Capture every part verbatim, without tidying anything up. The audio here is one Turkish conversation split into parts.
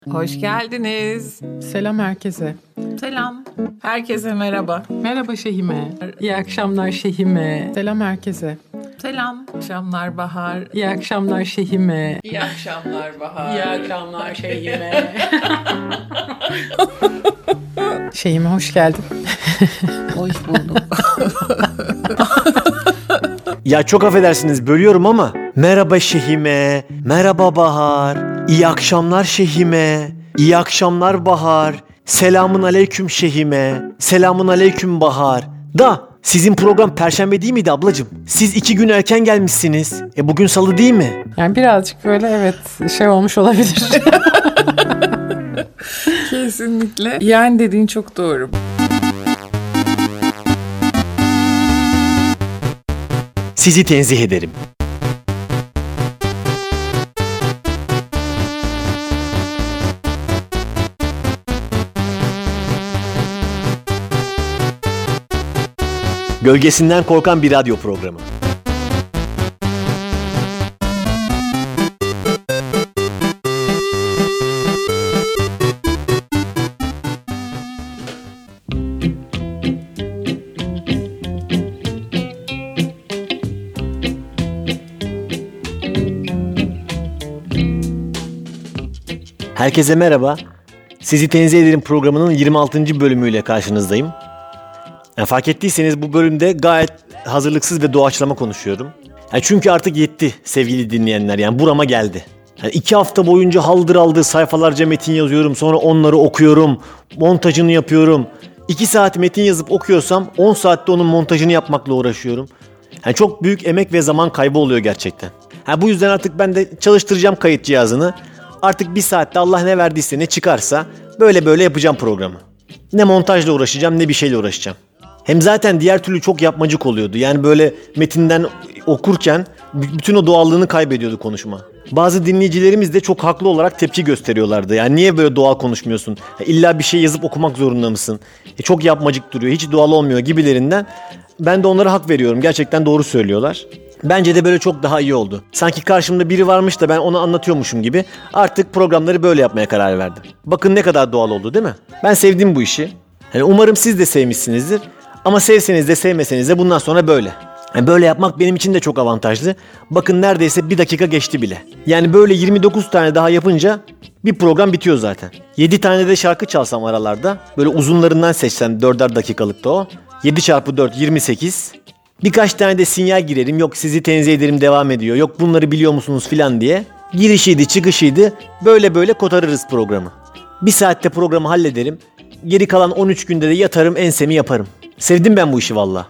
Hoş geldiniz. Selam herkese. Selam. Herkese merhaba. Merhaba Şehime. İyi akşamlar Şehime. Selam herkese. Selam. Akşamlar Bahar. İyi akşamlar Şehime. İyi akşamlar Bahar. İyi akşamlar Şehime. Şehime hoş geldin. Hoş bulduk. Ya çok affedersiniz bölüyorum ama merhaba Şehime, merhaba Bahar, iyi akşamlar Şehime, iyi akşamlar Bahar, selamun aleyküm Şehime, selamun aleyküm Bahar. Da sizin program Perşembe değil miydi ablacığım? Siz iki gün erken gelmişsiniz. E bugün Salı değil mi? Yani birazcık böyle evet şey olmuş olabilir. Kesinlikle. Yani dediğin çok doğru. Sizi tenzih ederim. Gölgesinden korkan bir radyo programı. Herkese merhaba. Sizi tenzih ederim programının yirmi altıncı bölümüyle karşınızdayım. Yani fark ettiyseniz bu bölümde gayet hazırlıksız ve doğaçlama konuşuyorum. Yani çünkü artık yetti sevgili dinleyenler. Yani burama geldi. Yani iki hafta boyunca haldır aldır sayfalarca metin yazıyorum. Sonra onları okuyorum. Montajını yapıyorum. iki saat metin yazıp okuyorsam on saatte onun montajını yapmakla uğraşıyorum. Yani çok büyük emek ve zaman kaybı oluyor gerçekten. Yani bu yüzden artık ben de çalıştıracağım kayıt cihazını. Artık bir saatte Allah ne verdiyse ne çıkarsa böyle böyle yapacağım programı. Ne montajla uğraşacağım ne bir şeyle uğraşacağım. Hem zaten diğer türlü çok yapmacık oluyordu. Yani böyle metinden okurken bütün o doğallığını kaybediyordu konuşma. Bazı dinleyicilerimiz de çok haklı olarak tepki gösteriyorlardı. Yani niye böyle doğal konuşmuyorsun? İlla bir şey yazıp okumak zorunda mısın? E çok yapmacık duruyor, hiç doğal olmuyor gibilerinden. Ben de onlara hak veriyorum. Gerçekten doğru söylüyorlar. Bence de böyle çok daha iyi oldu. Sanki karşımda biri varmış da ben onu anlatıyormuşum gibi artık programları böyle yapmaya karar verdim. Bakın ne kadar doğal oldu değil mi? Ben sevdim bu işi. Yani umarım siz de sevmişsinizdir. Ama sevseniz de sevmeseniz de bundan sonra böyle. Yani böyle yapmak benim için de çok avantajlı. Bakın neredeyse bir dakika geçti bile. Yani böyle yirmi dokuz tane daha yapınca bir program bitiyor zaten. yedi tane de şarkı çalsam aralarda. Böyle uzunlarından seçsem dörder dakikalıkta o. yedi çarpı dört yirmi sekiz. Birkaç tane de sinyal girerim. Yok sizi tenzih ederim devam ediyor. Yok bunları biliyor musunuz filan diye. Girişiydi çıkışıydı. Böyle böyle kotarırız programı. Bir saatte programı hallederim. Geri kalan on üç günde de yatarım ensemi yaparım. Sevdim ben bu işi valla.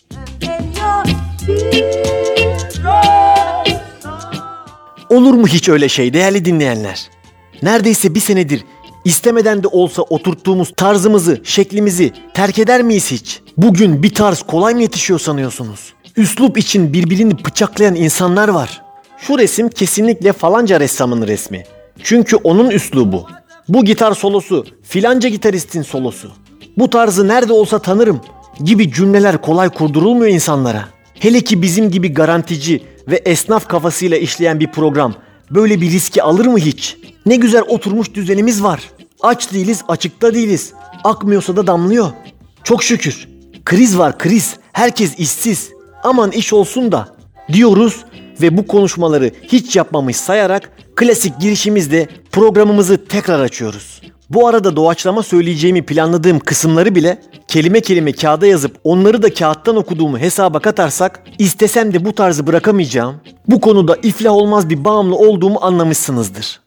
Olur mu hiç öyle şey değerli dinleyenler? Neredeyse bir senedir istemeden de olsa oturttuğumuz tarzımızı, şeklimizi terk eder miyiz hiç? Bugün bir tarz kolay mı yetişiyor sanıyorsunuz? Üslup için birbirini bıçaklayan insanlar var. Şu resim kesinlikle falanca ressamın resmi. Çünkü onun üslubu. Bu gitar solosu filanca gitaristin solosu. Bu tarzı nerede olsa tanırım gibi cümleler kolay kurdurulmuyor insanlara. Hele ki bizim gibi garantici ve esnaf kafasıyla işleyen bir program böyle bir riski alır mı hiç? Ne güzel oturmuş düzenimiz var. Aç değiliz, açıkta değiliz. Akmıyorsa da damlıyor. Çok şükür. Kriz var, kriz. Herkes işsiz. Aman iş olsun da diyoruz ve bu konuşmaları hiç yapmamış sayarak klasik girişimizle programımızı tekrar açıyoruz. Bu arada doğaçlama söyleyeceğimi planladığım kısımları bile kelime kelime kağıda yazıp onları da kağıttan okuduğumu hesaba katarsak istesem de bu tarzı bırakamayacağım, bu konuda iflah olmaz bir bağımlı olduğumu anlamışsınızdır.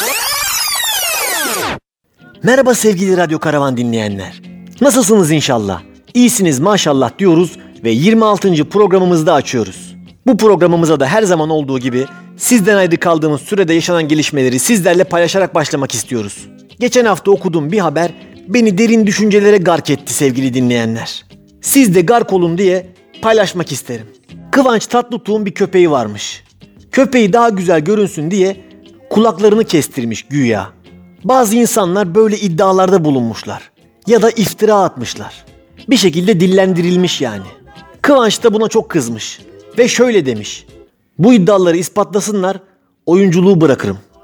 Merhaba sevgili Radyo Karavan dinleyenler. Nasılsınız inşallah? İyisiniz maşallah diyoruz ve yirmi altıncı programımızda açıyoruz. Bu programımıza da her zaman olduğu gibi sizden ayrı kaldığımız sürede yaşanan gelişmeleri sizlerle paylaşarak başlamak istiyoruz. Geçen hafta okuduğum bir haber beni derin düşüncelere gark etti sevgili dinleyenler. Siz de gark olun diye paylaşmak isterim. Kıvanç Tatlıtuğ'un bir köpeği varmış. Köpeği daha güzel görünsün diye kulaklarını kestirmiş güya. Bazı insanlar böyle iddialarda bulunmuşlar. Ya da iftira atmışlar. Bir şekilde dillendirilmiş yani. Kıvanç da buna çok kızmış. Ve şöyle demiş. Bu iddiaları ispatlasınlar, oyunculuğu bırakırım.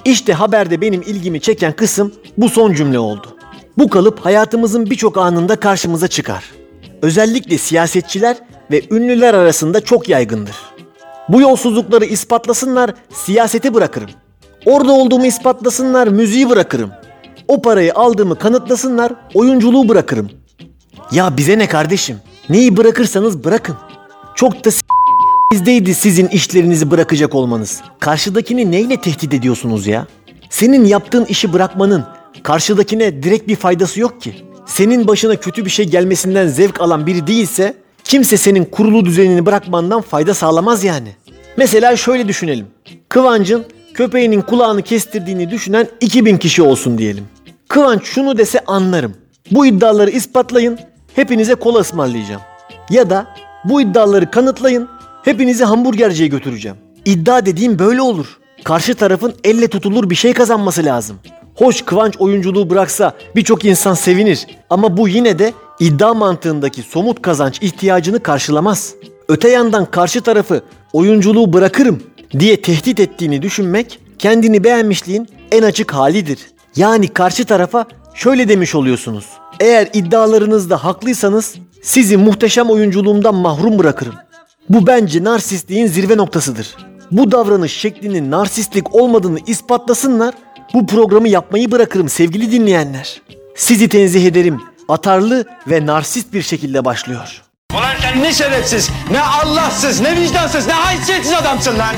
İşte haberde benim ilgimi çeken kısım bu son cümle oldu. Bu kalıp hayatımızın birçok anında karşımıza çıkar. Özellikle siyasetçiler ve ünlüler arasında çok yaygındır. Bu yolsuzlukları ispatlasınlar, siyaseti bırakırım. Orada olduğumu ispatlasınlar, müziği bırakırım. O parayı aldığımı kanıtlasınlar, oyunculuğu bırakırım. Ya bize ne kardeşim? Neyi bırakırsanız bırakın. Çok da s*** bizdeydi sizin işlerinizi bırakacak olmanız. Karşıdakini neyle tehdit ediyorsunuz ya? Senin yaptığın işi bırakmanın karşıdakine direkt bir faydası yok ki. Senin başına kötü bir şey gelmesinden zevk alan biri değilse kimse senin kurulu düzenini bırakmandan fayda sağlamaz yani. Mesela şöyle düşünelim. Kıvanç'ın köpeğinin kulağını kestirdiğini düşünen iki bin kişi olsun diyelim. Kıvanç şunu dese anlarım. Bu iddiaları ispatlayın, hepinize kola ısmarlayacağım. Ya da bu iddiaları kanıtlayın, hepinizi hamburgerciye götüreceğim. İddia dediğim böyle olur. Karşı tarafın elle tutulur bir şey kazanması lazım. Hoş Kıvanç oyunculuğu bıraksa birçok insan sevinir ama bu yine de iddia mantığındaki somut kazanç ihtiyacını karşılamaz. Öte yandan karşı tarafı oyunculuğu bırakırım diye tehdit ettiğini düşünmek kendini beğenmişliğin en açık halidir. Yani karşı tarafa şöyle demiş oluyorsunuz. Eğer iddialarınızda haklıysanız sizi muhteşem oyunculuğumdan mahrum bırakırım. Bu bence narsistliğin zirve noktasıdır. Bu davranış şeklinin narsistlik olmadığını ispatlasınlar, bu programı yapmayı bırakırım sevgili dinleyenler. Sizi tenzih ederim. Atarlı ve narsist bir şekilde başlıyor. Ulan sen ne şerefsiz, ne Allahsız, ne vicdansız, ne haysiyetsiz adamsın lan!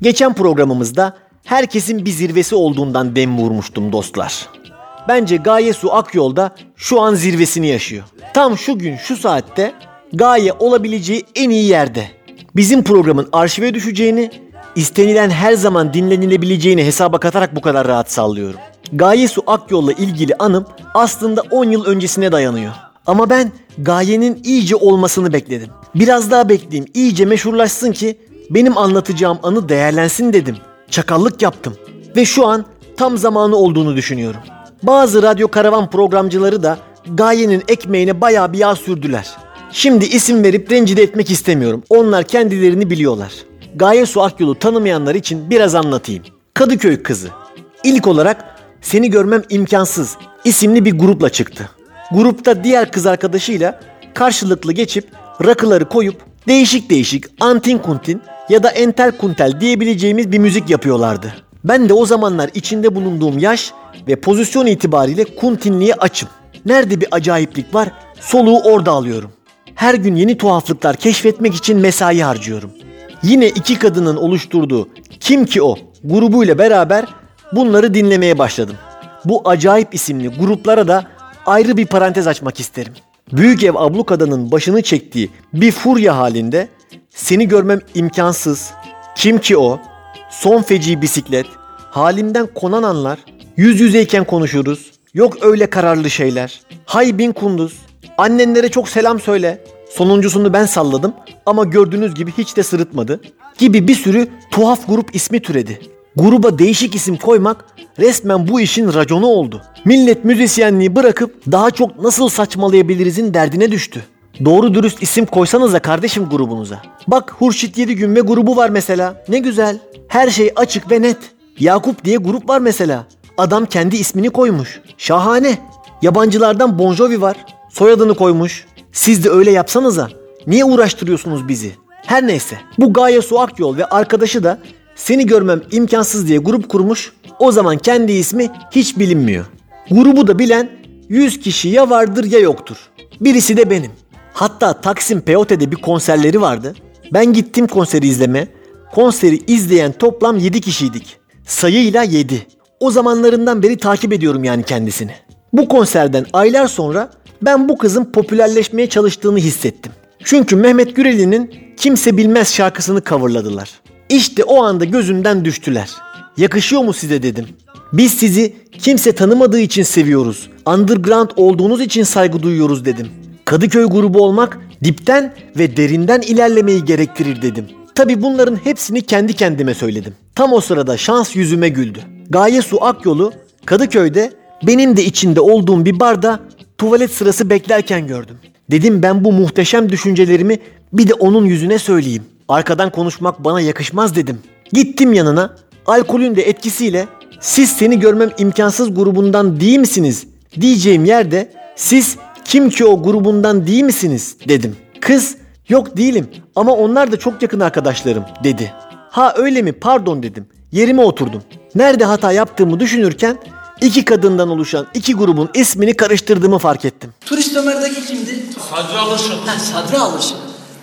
Geçen programımızda herkesin bir zirvesi olduğundan dem vurmuştum dostlar. Bence Gaye Su Akyol da şu an zirvesini yaşıyor. Tam şu gün şu saatte Gaye olabileceği en iyi yerde. Bizim programın arşive düşeceğini, istenilen her zaman dinlenilebileceğini hesaba katarak bu kadar rahat sallıyorum. Gaye Su Akyol'la ilgili anım aslında on yıl öncesine dayanıyor. Ama ben Gaye'nin iyice olmasını bekledim. Biraz daha bekleyeyim, iyice meşhurlaşsın ki benim anlatacağım anı değerlensin dedim. Çakallık yaptım ve şu an tam zamanı olduğunu düşünüyorum. Bazı radyo karavan programcıları da Gaye'nin ekmeğine bayağı bir yağ sürdüler. Şimdi isim verip rencide etmek istemiyorum. Onlar kendilerini biliyorlar. Gaye Su Akyol'u tanımayanlar için biraz anlatayım. Kadıköy kızı. İlk olarak Seni Görmem İmkansız isimli bir grupla çıktı. Grupta diğer kız arkadaşıyla karşılıklı geçip rakıları koyup değişik değişik antin kuntin ya da entel kuntel diyebileceğimiz bir müzik yapıyorlardı. Ben de o zamanlar içinde bulunduğum yaş ve pozisyon itibariyle kuntinliğe açım. Nerede bir acayiplik var, soluğu orada alıyorum. Her gün yeni tuhaflıklar keşfetmek için mesai harcıyorum. Yine iki kadının oluşturduğu Kim Ki O grubuyla beraber bunları dinlemeye başladım. Bu acayip isimli gruplara da ayrı bir parantez açmak isterim. Büyük Ev Ablukada'nın başını çektiği bir furya halinde Seni Görmem İmkansız, Kim Ki O, Son Feci Bisiklet, Halimden Konan Anlar, Yüz Yüzeyken Konuşuruz, Yok Öyle Kararlı Şeyler, Hay Bin Kunduz, Annenlere Çok Selam Söyle, sonuncusunu ben salladım ama gördüğünüz gibi hiç de sırıtmadı gibi bir sürü tuhaf grup ismi türedi. Gruba değişik isim koymak resmen bu işin raconu oldu. Millet müzisyenliği bırakıp daha çok nasıl saçmalayabilirizin derdine düştü. Doğru dürüst isim koysanıza kardeşim grubunuza. Bak Hurşit Yedigün ve grubu var mesela. Ne güzel. Her şey açık ve net. Yakup diye grup var mesela. Adam kendi ismini koymuş. Şahane. Yabancılardan Bon Jovi var. Soyadını koymuş. Siz de öyle yapsanıza. Niye uğraştırıyorsunuz bizi? Her neyse. Bu Gaye Su Akyol ve arkadaşı da Seni Görmem İmkansız diye grup kurmuş. O zaman kendi ismi hiç bilinmiyor. Grubu da bilen yüz kişi ya vardır ya yoktur. Birisi de benim. Hatta Taksim P O T'de bir konserleri vardı. Ben gittim konseri izleme. Konseri izleyen toplam yedi kişiydik. Sayıyla yedi. O zamanlarından beri takip ediyorum yani kendisini. Bu konserden aylar sonra ben bu kızın popülerleşmeye çalıştığını hissettim. Çünkü Mehmet Gürel'in Kimse Bilmez şarkısını coverladılar. İşte o anda gözümden düştüler. Yakışıyor mu size dedim. Biz sizi kimse tanımadığı için seviyoruz. Underground olduğunuz için saygı duyuyoruz dedim. Kadıköy grubu olmak dipten ve derinden ilerlemeyi gerektirir dedim. Tabi bunların hepsini kendi kendime söyledim. Tam o sırada şans yüzüme güldü. Gaye Su Akyol'u Kadıköy'de benim de içinde olduğum bir barda tuvalet sırası beklerken gördüm. Dedim ben bu muhteşem düşüncelerimi bir de onun yüzüne söyleyeyim. Arkadan konuşmak bana yakışmaz dedim. Gittim yanına, alkolün de etkisiyle siz Seni Görmem İmkansız grubundan değil misiniz diyeceğim yerde siz Kim Ki O grubundan değil misiniz dedim. Kız yok değilim ama onlar da çok yakın arkadaşlarım dedi. Ha öyle mi pardon dedim. Yerime oturdum. Nerede hata yaptığımı düşünürken iki kadından oluşan iki grubun ismini karıştırdığımı fark ettim. Turist Ömer'deki kimdi? Sadri Alışık. Ha, Sadri Alışık.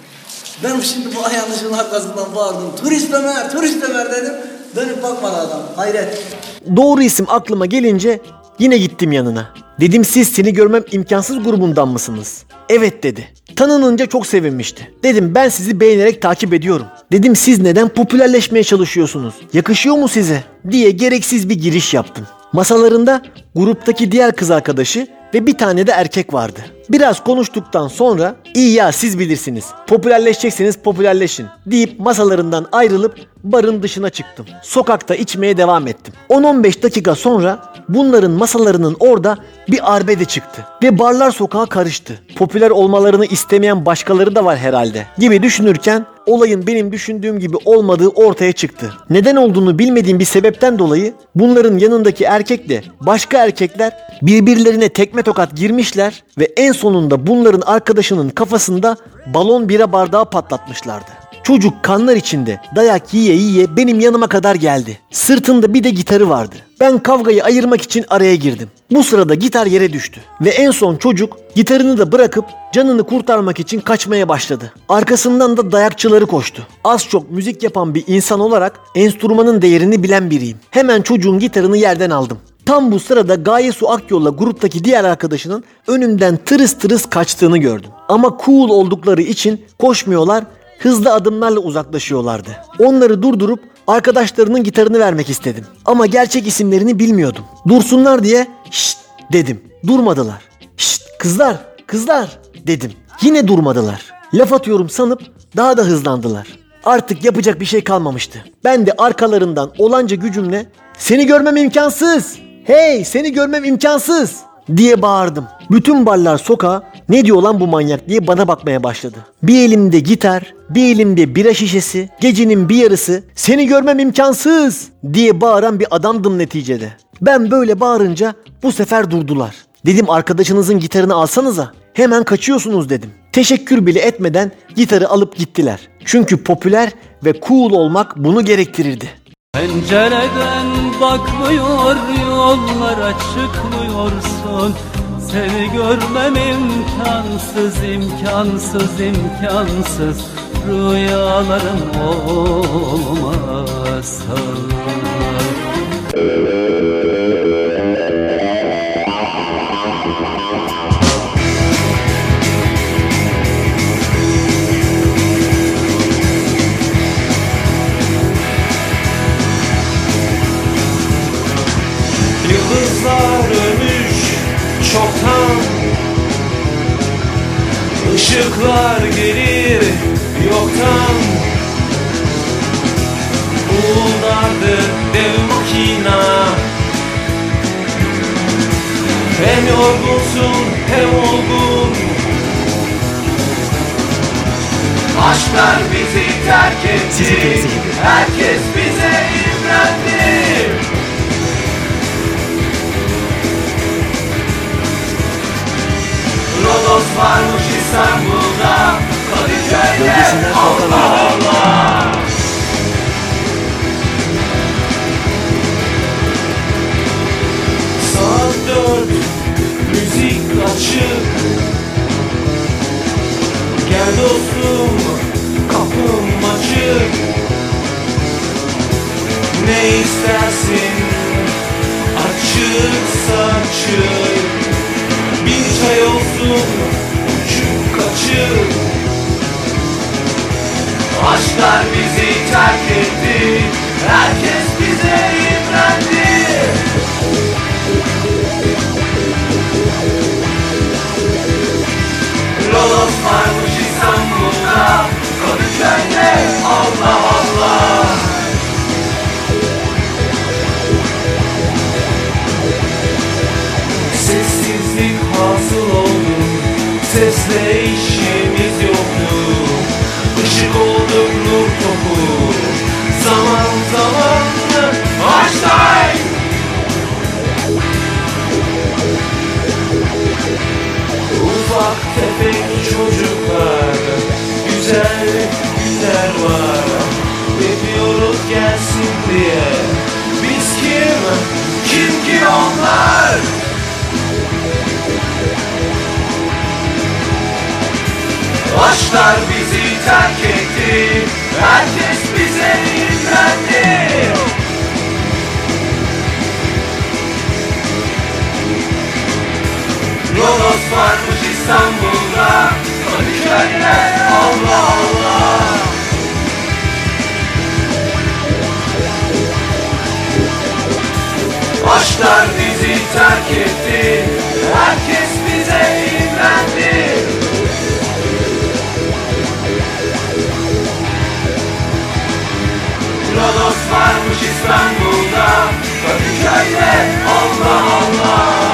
Ben şimdi bu yanlışın arkasından bağırdım. Turist Ömer, Turist Ömer dedim. Dönüp bakmadı adam. Hayret. Doğru isim aklıma gelince yine gittim yanına. Dedim siz Seni Görmem İmkansız grubundan mısınız? Evet dedi. Tanınınca çok sevinmişti. Dedim ben sizi beğenerek takip ediyorum. Dedim siz neden popülerleşmeye çalışıyorsunuz? Yakışıyor mu size? Diye gereksiz bir giriş yaptım. Masalarında gruptaki diğer kız arkadaşı ve bir tane de erkek vardı. Biraz konuştuktan sonra iyi ya siz bilirsiniz. Popülerleşecekseniz popülerleşin deyip masalarından ayrılıp barın dışına çıktım. Sokakta içmeye devam ettim. on on beş dakika sonra bunların masalarının orada bir arbede çıktı. Ve barlar sokağa karıştı. Popüler olmalarını istemeyen başkaları da var herhalde gibi düşünürken olayın benim düşündüğüm gibi olmadığı ortaya çıktı. Neden olduğunu bilmediğim bir sebepten dolayı bunların yanındaki erkekle başka erkekler birbirlerine tekme tokat girmişler ve en sonunda bunların arkadaşının kafasında balon bira bardağı patlatmışlardı. Çocuk kanlar içinde dayak yiye yiye benim yanıma kadar geldi. Sırtında bir de gitarı vardı. Ben kavgayı ayırmak için araya girdim. Bu sırada gitar yere düştü. Ve en son çocuk gitarını da bırakıp canını kurtarmak için kaçmaya başladı. Arkasından da dayakçıları koştu. Az çok müzik yapan bir insan olarak enstrümanın değerini bilen biriyim. Hemen çocuğun gitarını yerden aldım. Tam bu sırada Gaye Su Akyol'la gruptaki diğer arkadaşının önümden tırıs tırıs kaçtığını gördüm. Ama cool oldukları için koşmuyorlar, hızlı adımlarla uzaklaşıyorlardı. Onları durdurup arkadaşlarının gitarını vermek istedim. Ama gerçek isimlerini bilmiyordum. Dursunlar diye şşt dedim. Durmadılar. Şşt kızlar, kızlar dedim. Yine durmadılar. Laf atıyorum sanıp daha da hızlandılar. Artık yapacak bir şey kalmamıştı. Ben de arkalarından olanca gücümle "Seni görmem imkansız! Hey, seni görmem imkansız!" diye bağırdım. Bütün barlar sokağa "Ne diyor lan bu manyak?" diye bana bakmaya başladı. Bir elimde gitar, bir elimde bira şişesi, gecenin bir yarısı "Seni görmem imkansız!" diye bağıran bir adamdım neticede. Ben böyle bağırınca bu sefer durdular. Dedim arkadaşınızın gitarını alsanıza. Hemen kaçıyorsunuz dedim. Teşekkür bile etmeden gitarı alıp gittiler. Çünkü popüler ve cool olmak bunu gerektirirdi. Pencereden bakmıyor yollara çıkmıyorsun. Seni görmem imkansız, imkansız, imkansız. Rüyalarım olmasa. Yıldızlar ölmüş çoktan, ışıklar gelir yoktan. Uğuldardı dev makina. Hem yorgunsun hem olgun. Aşklar bizi terk etti. Herkes bize imrendi. Rodos varmış İstanbul'da, Kadıköy'de, Allah Allah. Saat dört, müzik açık. Gel dostum, kapım açık. Ne istersin, açıksa açık. Bin çay olsun, uçuk kaçık. Aşklar bizi terk etti. Herkes bize imrendi. Rodos varmış İstanbul'da, Kadıköy'de, Allah Allah. Sessizlik hasıl oldu, sesle işimiz yoktu. Işık olduk nur topu, zaman zaman Einstein. Ufak tefek çocuklar, güzel günler var. Bekliyoruz gelsin diye. Biz kim? Kim ki onlar? Aşklar bizi terk etti. Herkes bize imrendi. Rodos varmış İstanbul'da, Kadıköy'de, Allah Allah. Aşklar bizi terk etti. Herkes bize imrendi. Rodos varmış İstanbul'da, Kadıköy'de, Allah Allah.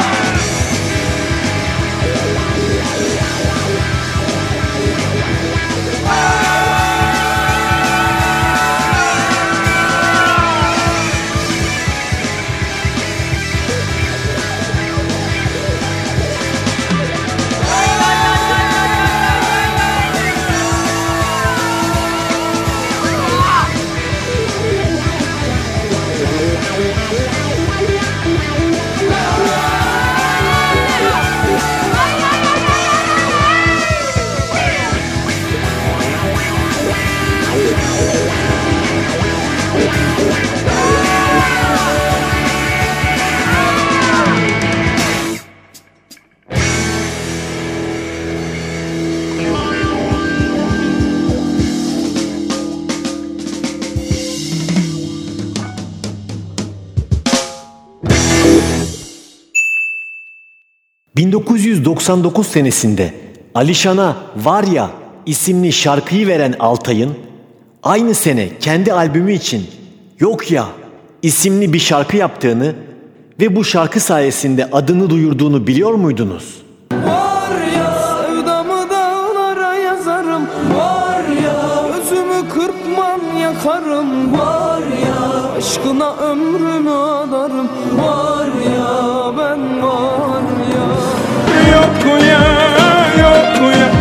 bin dokuz yüz doksan dokuz senesinde Alişan'a Var Ya isimli şarkıyı veren Altay'ın aynı sene kendi albümü için Yok Ya isimli bir şarkı yaptığını ve bu şarkı sayesinde adını duyurduğunu biliyor muydunuz? Var ya sevdamı dağlara yazarım. Var ya özümü kırpmam yakarım. Var ya aşkına ömrümü adarım. Var ya ben var ya. Yok ya yok ya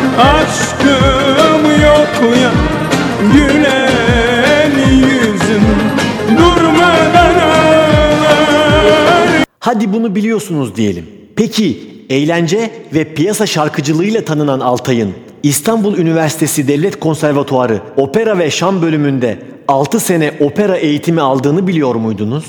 aşkım yok ya gülen yüzüm durmadan ağlar. Hadi bunu biliyorsunuz diyelim. Peki eğlence ve piyasa şarkıcılığıyla tanınan Altay'ın İstanbul Üniversitesi Devlet Konservatuarı Opera ve Şan bölümünde altı sene opera eğitimi aldığını biliyor muydunuz?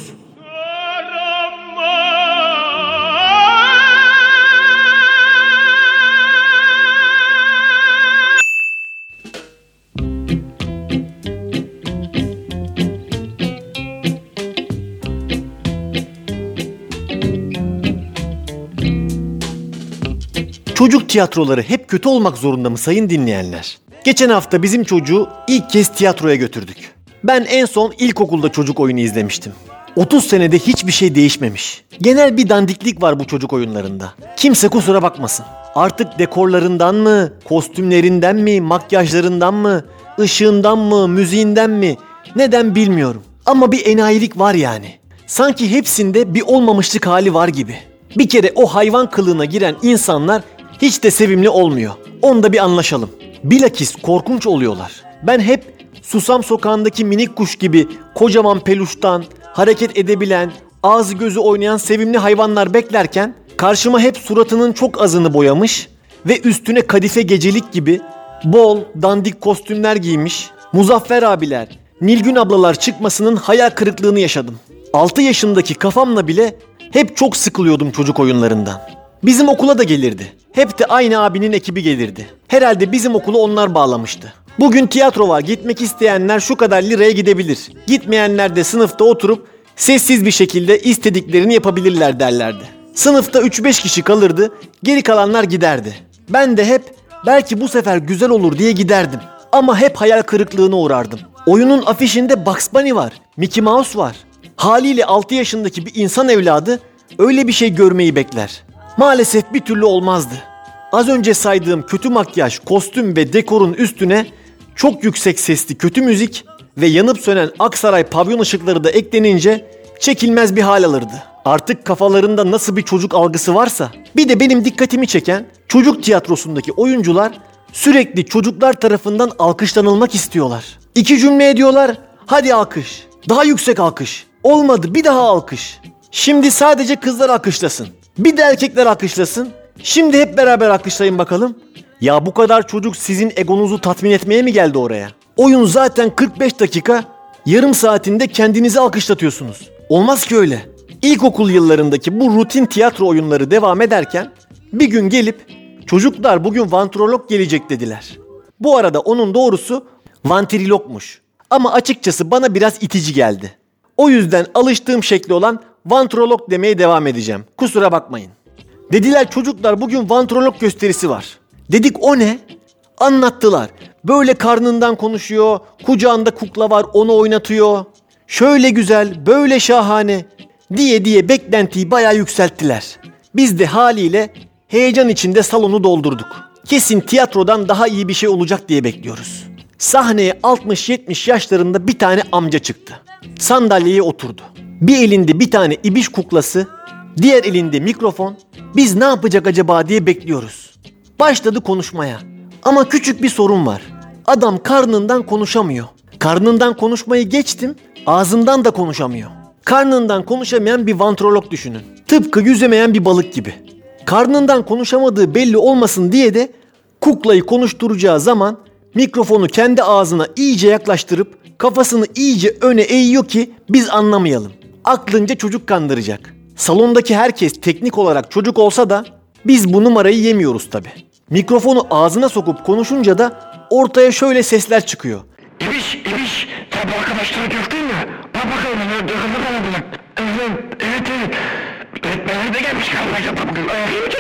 Çocuk tiyatroları hep kötü olmak zorunda mı sayın dinleyenler? Geçen hafta bizim çocuğu ilk kez tiyatroya götürdük. Ben en son ilkokulda çocuk oyunu izlemiştim. otuz senede hiçbir şey değişmemiş. Genel bir dandiklik var bu çocuk oyunlarında. Kimse kusura bakmasın. Artık dekorlarından mı, kostümlerinden mi, makyajlarından mı, ışığından mı, müziğinden mi, neden bilmiyorum. Ama bir enayilik var yani. Sanki hepsinde bir olmamışlık hali var gibi. Bir kere o hayvan kılığına giren insanlar hiç de sevimli olmuyor. Onda bir anlaşalım. Bilakis korkunç oluyorlar. Ben hep Susam Sokağı'ndaki minik kuş gibi kocaman peluştan, hareket edebilen, ağzı gözü oynayan sevimli hayvanlar beklerken karşıma hep suratının çok azını boyamış ve üstüne kadife gecelik gibi bol, dandik kostümler giymiş Muzaffer abiler, Nilgün ablalar çıkmasının hayal kırıklığını yaşadım. altı yaşındaki kafamla bile hep çok sıkılıyordum çocuk oyunlarından. Bizim okula da gelirdi. Hep de aynı abinin ekibi gelirdi. Herhalde bizim okulu onlar bağlamıştı. Bugün tiyatro var, gitmek isteyenler şu kadar liraya gidebilir. Gitmeyenler de sınıfta oturup sessiz bir şekilde istediklerini yapabilirler derlerdi. Sınıfta üç beş kişi kalırdı, geri kalanlar giderdi. Ben de hep belki bu sefer güzel olur diye giderdim. Ama hep hayal kırıklığına uğrardım. Oyunun afişinde Bugs Bunny var, Mickey Mouse var. Haliyle altı yaşındaki bir insan evladı öyle bir şey görmeyi bekler. Maalesef bir türlü olmazdı. Az önce saydığım kötü makyaj, kostüm ve dekorun üstüne çok yüksek sesli kötü müzik ve yanıp sönen Aksaray pavyon ışıkları da eklenince çekilmez bir hal alırdı. Artık kafalarında nasıl bir çocuk algısı varsa, bir de benim dikkatimi çeken çocuk tiyatrosundaki oyuncular sürekli çocuklar tarafından alkışlanılmak istiyorlar. İki cümle ediyorlar, hadi alkış, daha yüksek alkış, olmadı bir daha alkış. Şimdi sadece kızlar alkışlasın, bir de erkekler alkışlasın, şimdi hep beraber alkışlayın bakalım. Ya bu kadar çocuk sizin egonuzu tatmin etmeye mi geldi oraya? Oyun zaten kırk beş dakika, yarım saatinde kendinizi alkışlatıyorsunuz. Olmaz ki öyle. İlkokul yıllarındaki bu rutin tiyatro oyunları devam ederken bir gün gelip çocuklar bugün vantrolog gelecek dediler. Bu arada onun doğrusu vantrilokmuş. Ama açıkçası bana biraz itici geldi. O yüzden alıştığım şekli olan vantrolog demeye devam edeceğim. Kusura bakmayın. Dediler çocuklar bugün vantrolog gösterisi var. Dedik o ne? Anlattılar. Böyle karnından konuşuyor, kucağında kukla var onu oynatıyor. Şöyle güzel, böyle şahane diye diye beklentiyi bayağı yükselttiler. Biz de haliyle heyecan içinde salonu doldurduk. Kesin tiyatrodan daha iyi bir şey olacak diye bekliyoruz. Sahneye altmış yetmiş yaşlarında bir tane amca çıktı. Sandalyeye oturdu. Bir elinde bir tane ibiş kuklası, diğer elinde mikrofon. Biz ne yapacak acaba diye bekliyoruz. Başladı konuşmaya. Ama küçük bir sorun var. Adam karnından konuşamıyor. Karnından konuşmayı geçtim, ağzından da konuşamıyor. Karnından konuşamayan bir vantrolog düşünün. Tıpkı yüzemeyen bir balık gibi. Karnından konuşamadığı belli olmasın diye de kuklayı konuşturacağı zaman mikrofonu kendi ağzına iyice yaklaştırıp kafasını iyice öne eğiyor ki biz anlamayalım. Aklınca çocuk kandıracak. Salondaki herkes teknik olarak çocuk olsa da biz bu numarayı yemiyoruz tabi. Mikrofonu ağzına sokup konuşunca da ortaya şöyle sesler çıkıyor. İbiş, ibiş, sen bu arkadaşları gördün mü? Bak bakalım, döküldü bana bak. Evet, evet, evet. Öğretmenler de gelmiş kalmayacak bugün.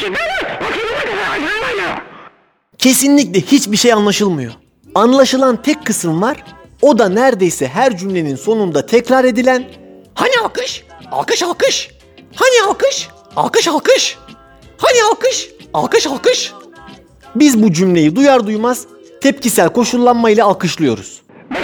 Kesinlikle hiçbir şey anlaşılmıyor. Anlaşılan tek kısım var. O da neredeyse her cümlenin sonunda tekrar edilen "Hani alkış? Alkış alkış. Hani alkış? Alkış alkış. Hani alkış? Alkış alkış." Biz bu cümleyi duyar duymaz tepkisel koşullanmayla alkışlıyoruz.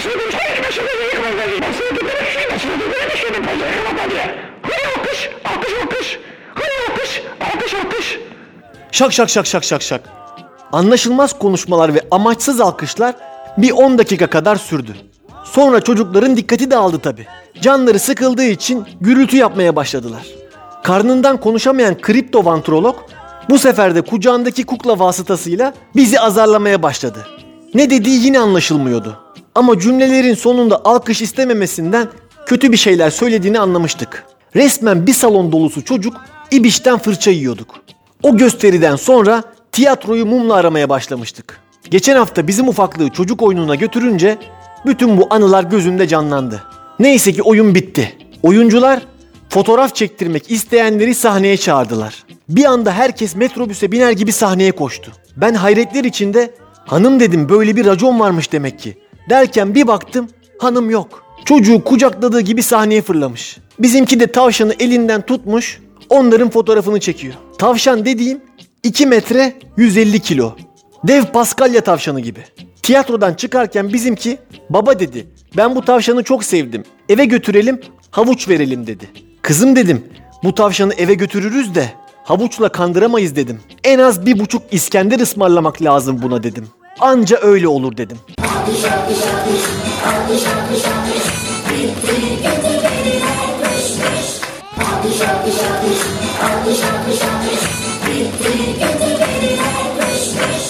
Şak şak şak şak şak şak. Anlaşılmaz konuşmalar ve amaçsız alkışlar bir on dakika kadar sürdü. Sonra çocukların dikkati dağıldı tabii. Canları sıkıldığı için gürültü yapmaya başladılar. Karnından konuşamayan kriptovantrolog bu sefer de kucağındaki kukla vasıtasıyla bizi azarlamaya başladı. Ne dediği yine anlaşılmıyordu. Ama cümlelerin sonunda alkış istememesinden kötü bir şeyler söylediğini anlamıştık. Resmen bir salon dolusu çocuk İbiş'ten fırça yiyorduk. O gösteriden sonra tiyatroyu mumla aramaya başlamıştık. Geçen hafta bizim ufaklığı çocuk oyununa götürünce bütün bu anılar gözümde canlandı. Neyse ki oyun bitti. Oyuncular fotoğraf çektirmek isteyenleri sahneye çağırdılar. Bir anda herkes metrobüse biner gibi sahneye koştu. Ben hayretler içinde "Hanım," dedim, "böyle bir racon varmış demek ki." Derken bir baktım hanım yok. Çocuğu kucakladığı gibi sahneye fırlamış. Bizimki de tavşanı elinden tutmuş, onların fotoğrafını çekiyor. Tavşan dediğim iki metre yüz elli kilo. Dev Paskalya tavşanı gibi. Tiyatrodan çıkarken bizimki "Baba," dedi, "ben bu tavşanı çok sevdim. Eve götürelim, havuç verelim," dedi. "Kızım," dedim, "bu tavşanı eve götürürüz de havuçla kandıramayız," dedim. "En az bir buçuk İskender ısmarlamak lazım buna," dedim. "Anca öyle olur," dedim. Alkış, alkış, alkış, alkış, alkış, alkış. Bitti, götür beni alkış, alkış. Alkış, alkış, alkış, alkış, alkış, alkış. Bitti, götür beni alkış, alkış.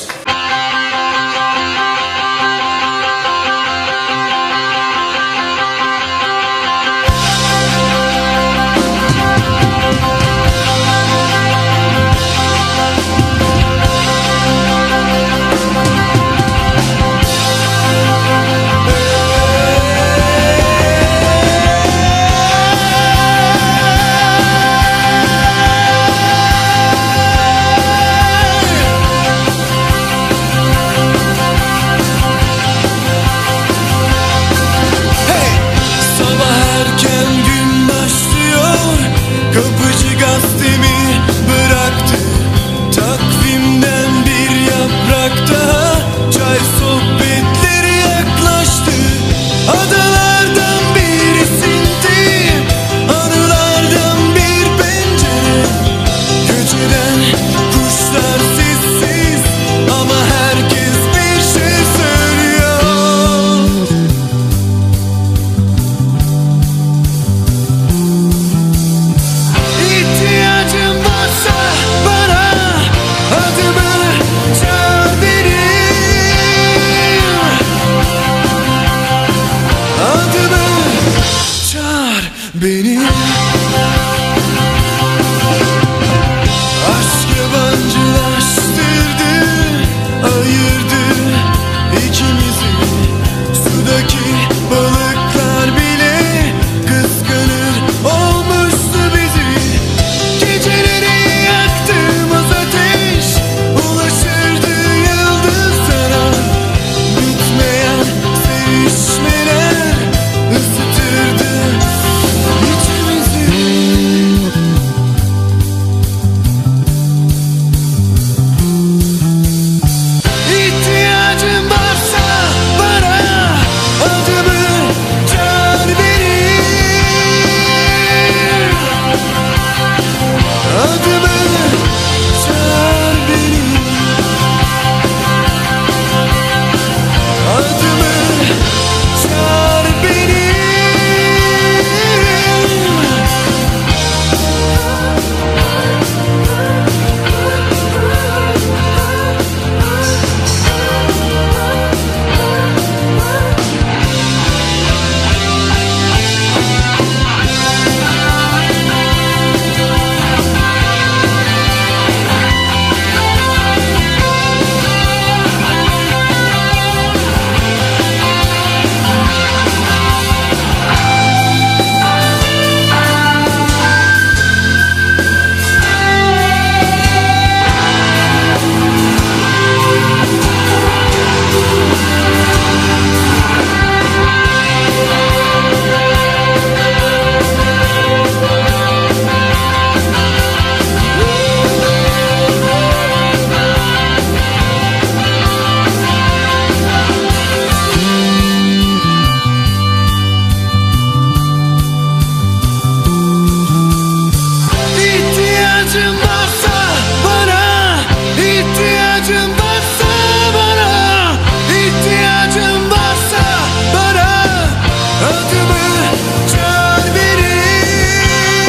İhtiyacım varsa bana, ihtiyacım varsa bana, ihtiyacım varsa bana, adımı çağır benim,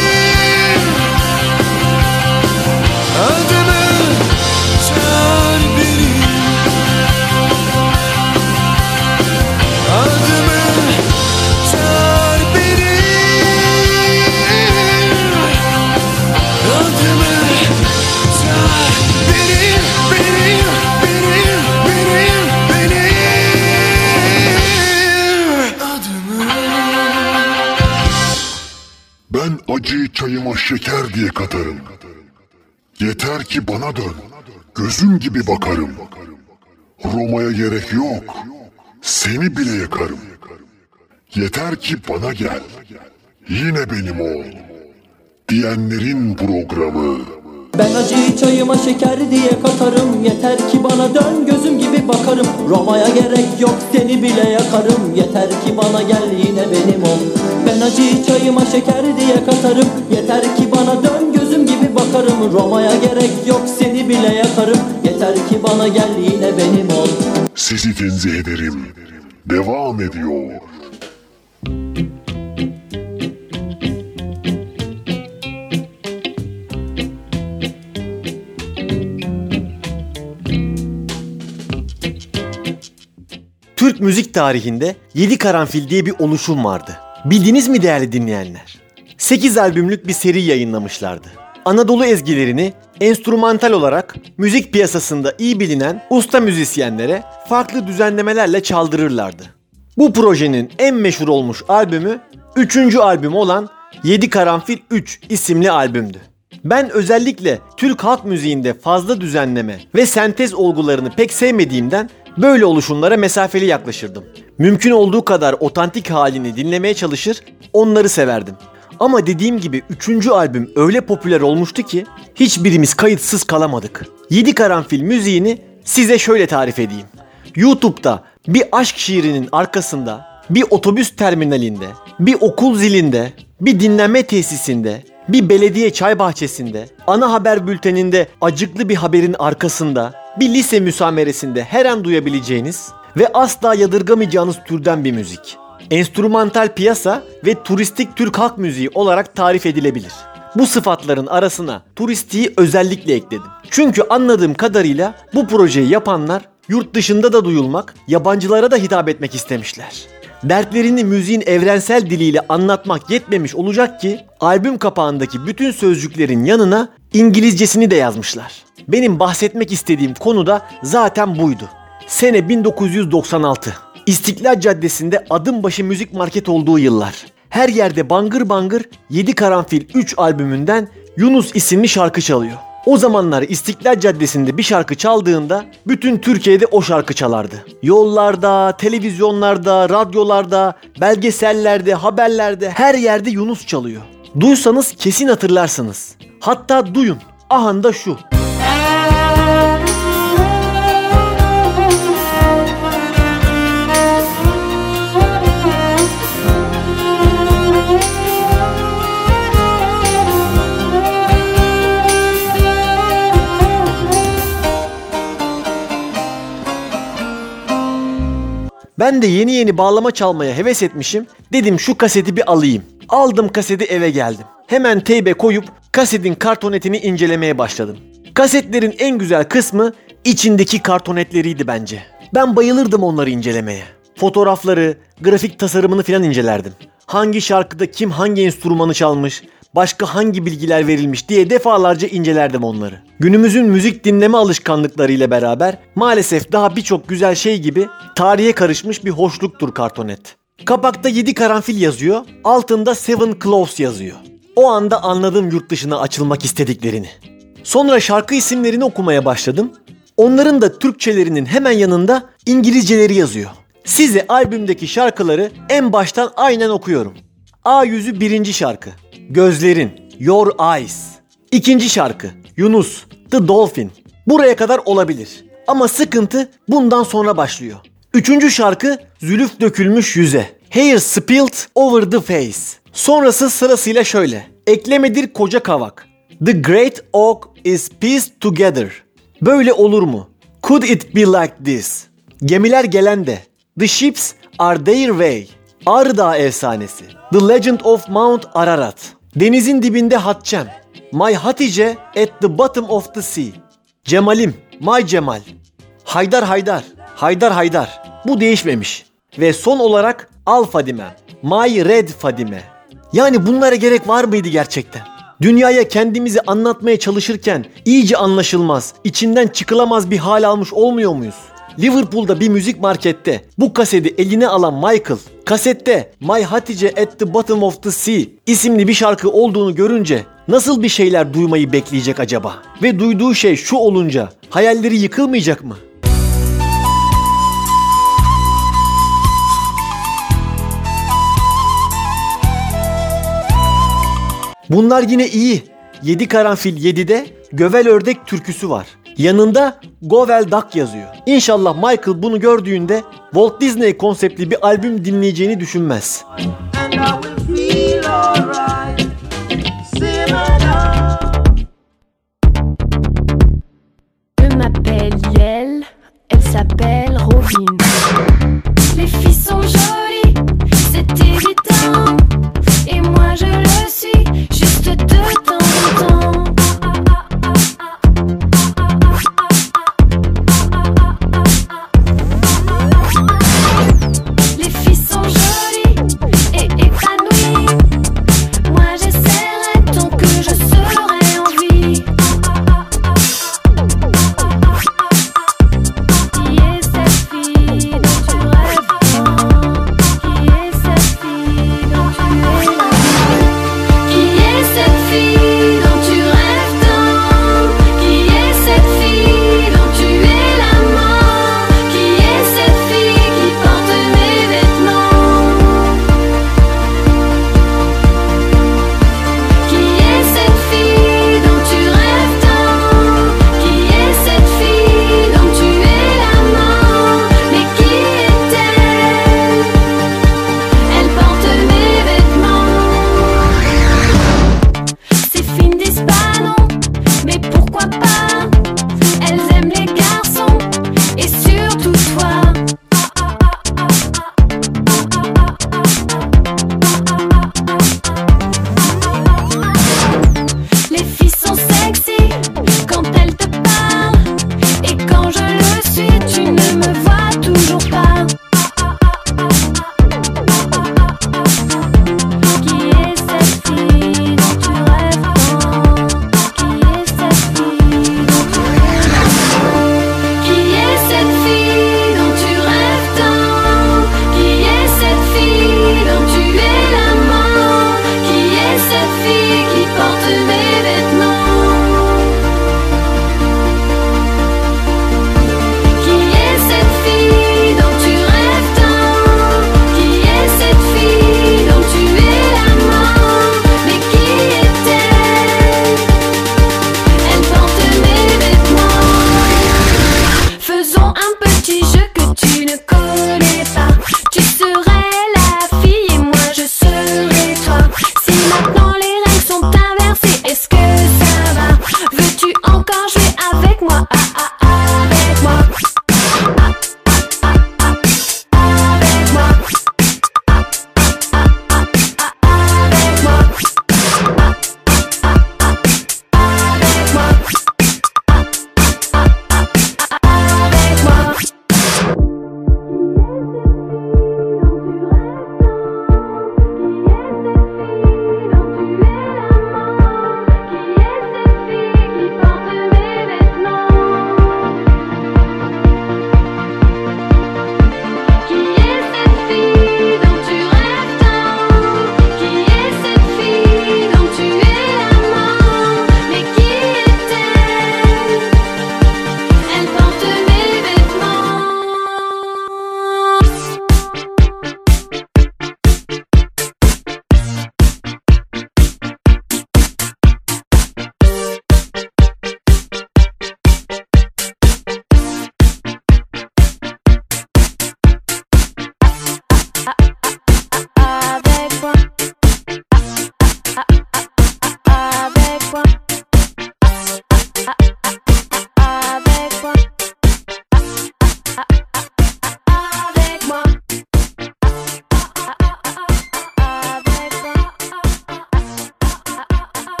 adımı çağır benim, adımı çağır benim, adımı çağır benim, benim, benim, benim, benim, adımı. Ben acıyı çayıma şeker diye katarım. Yeter ki bana dön, gözüm gibi bakarım. Roma'ya gerek yok, seni bile yakarım. Yeter ki bana gel, yine benim ol, diyenlerin programı. Ben acıyı çayıma şeker diye katarım. Yeter ki bana dön, gözüm gibi bakarım. Roma'ya gerek yok, seni bile yakarım. Yeter ki bana gel, yine benim ol. Ben acıyı çayıma şeker diye katarım. Yeter ki bana dön, gözüm gibi bakarım. Roma'ya gerek yok, seni bile yakarım. Yeter ki bana gel, yine benim ol. Sizi tenzih ederim, devam ediyor. Türk müzik tarihinde Yedi Karanfil diye bir oluşum vardı. Bildiniz mi değerli dinleyenler? sekiz albümlük bir seri yayınlamışlardı. Anadolu ezgilerini enstrümantal olarak müzik piyasasında iyi bilinen usta müzisyenlere farklı düzenlemelerle çaldırırlardı. Bu projenin en meşhur olmuş albümü üçüncü albüm olan Yedi Karanfil üç isimli albümdü. Ben özellikle Türk halk müziğinde fazla düzenleme ve sentez olgularını pek sevmediğimden böyle oluşumlara mesafeli yaklaşırdım. Mümkün olduğu kadar otantik halini dinlemeye çalışır, onları severdim. Ama dediğim gibi üçüncü albüm öyle popüler olmuştu ki hiçbirimiz kayıtsız kalamadık. Yedi Karanfil müziğini size şöyle tarif edeyim. YouTube'da bir aşk şiirinin arkasında, bir otobüs terminalinde, bir okul zilinde, bir dinlenme tesisinde, bir belediye çay bahçesinde, ana haber bülteninde acıklı bir haberin arkasında, bir lise müsameresinde her an duyabileceğiniz ve asla yadırgamayacağınız türden bir müzik. Enstrümantal piyasa ve turistik Türk halk müziği olarak tarif edilebilir. Bu sıfatların arasına turistiği özellikle ekledim. Çünkü anladığım kadarıyla bu projeyi yapanlar yurt dışında da duyulmak, yabancılara da hitap etmek istemişler. Dertlerini müziğin evrensel diliyle anlatmak yetmemiş olacak ki albüm kapağındaki bütün sözcüklerin yanına İngilizcesini de yazmışlar. Benim bahsetmek istediğim konu da zaten buydu. Sene bin dokuz yüz doksan altı. İstiklal Caddesi'nde adım başı müzik market olduğu yıllar. Her yerde bangır bangır Yedi Karanfil üç albümünden Yunus isimli şarkı çalıyor. O zamanlar İstiklal Caddesi'nde bir şarkı çaldığında bütün Türkiye'de o şarkı çalardı. Yollarda, televizyonlarda, radyolarda, belgesellerde, haberlerde her yerde Yunus çalıyor. Duysanız kesin hatırlarsınız. Hatta duyun. Ahanda şu. Ben de yeni yeni bağlama çalmaya heves etmişim. Dedim şu kaseti bir alayım. Aldım kaseti, eve geldim. Hemen teybe koyup kasetin kartonetini incelemeye başladım. Kasetlerin en güzel kısmı içindeki kartonetleriydi bence. Ben bayılırdım onları incelemeye. Fotoğrafları, grafik tasarımını filan incelerdim. Hangi şarkıda kim hangi enstrümanı çalmış, başka hangi bilgiler verilmiş diye defalarca incelerdim onları. Günümüzün müzik dinleme alışkanlıklarıyla beraber maalesef daha birçok güzel şey gibi tarihe karışmış bir hoşluktur kartonet. Kapakta Yedi Karanfil yazıyor, altında Seven Claws yazıyor. O anda anladım yurt dışına açılmak istediklerini. Sonra şarkı isimlerini okumaya başladım. Onların da Türkçelerinin hemen yanında İngilizceleri yazıyor. Size albümdeki şarkıları en baştan aynen okuyorum. A yüzü birinci şarkı. Gözlerin, Your Eyes. İkinci şarkı, Yunus, The Dolphin. Buraya kadar olabilir. Ama sıkıntı bundan sonra başlıyor. Üçüncü şarkı, Zülüf dökülmüş yüze. Hair spilled over the face. Sonrası sırasıyla şöyle. Eklemedir koca kavak. The great oak is pieced together. Böyle olur mu? Could it be like this? Gemiler gelen de. The ships are their way. Ağrı Dağı efsanesi. The Legend of Mount Ararat. Denizin dibinde Hatçem. My Hatice at the bottom of the sea. Cemalim, My Cemal. Haydar Haydar, Haydar Haydar. Bu değişmemiş. Ve son olarak Al Fadime, My Red Fadime. Yani bunlara gerek var mıydı gerçekten? Dünyaya kendimizi anlatmaya çalışırken iyice anlaşılmaz, içinden çıkılamaz bir hal almış olmuyor muyuz? Liverpool'da bir müzik markette bu kaseti eline alan Michael, kasette My Hatice at the Bottom of the Sea isimli bir şarkı olduğunu görünce nasıl bir şeyler duymayı bekleyecek acaba? Ve duyduğu şey şu olunca hayalleri yıkılmayacak mı? Bunlar yine iyi. Yedi Karanfil yedide Gövel Ördek türküsü var. Yanında Govel Duck yazıyor. İnşallah Michael bunu gördüğünde Walt Disney konseptli bir albüm dinleyeceğini düşünmez. Je m'appelle Yel, elle s'appelle Robin. Les filles sont jolies, c'est évident. Et moi je le suis, juste de temps en temps. Les filles sont jolies et épanouies. Moi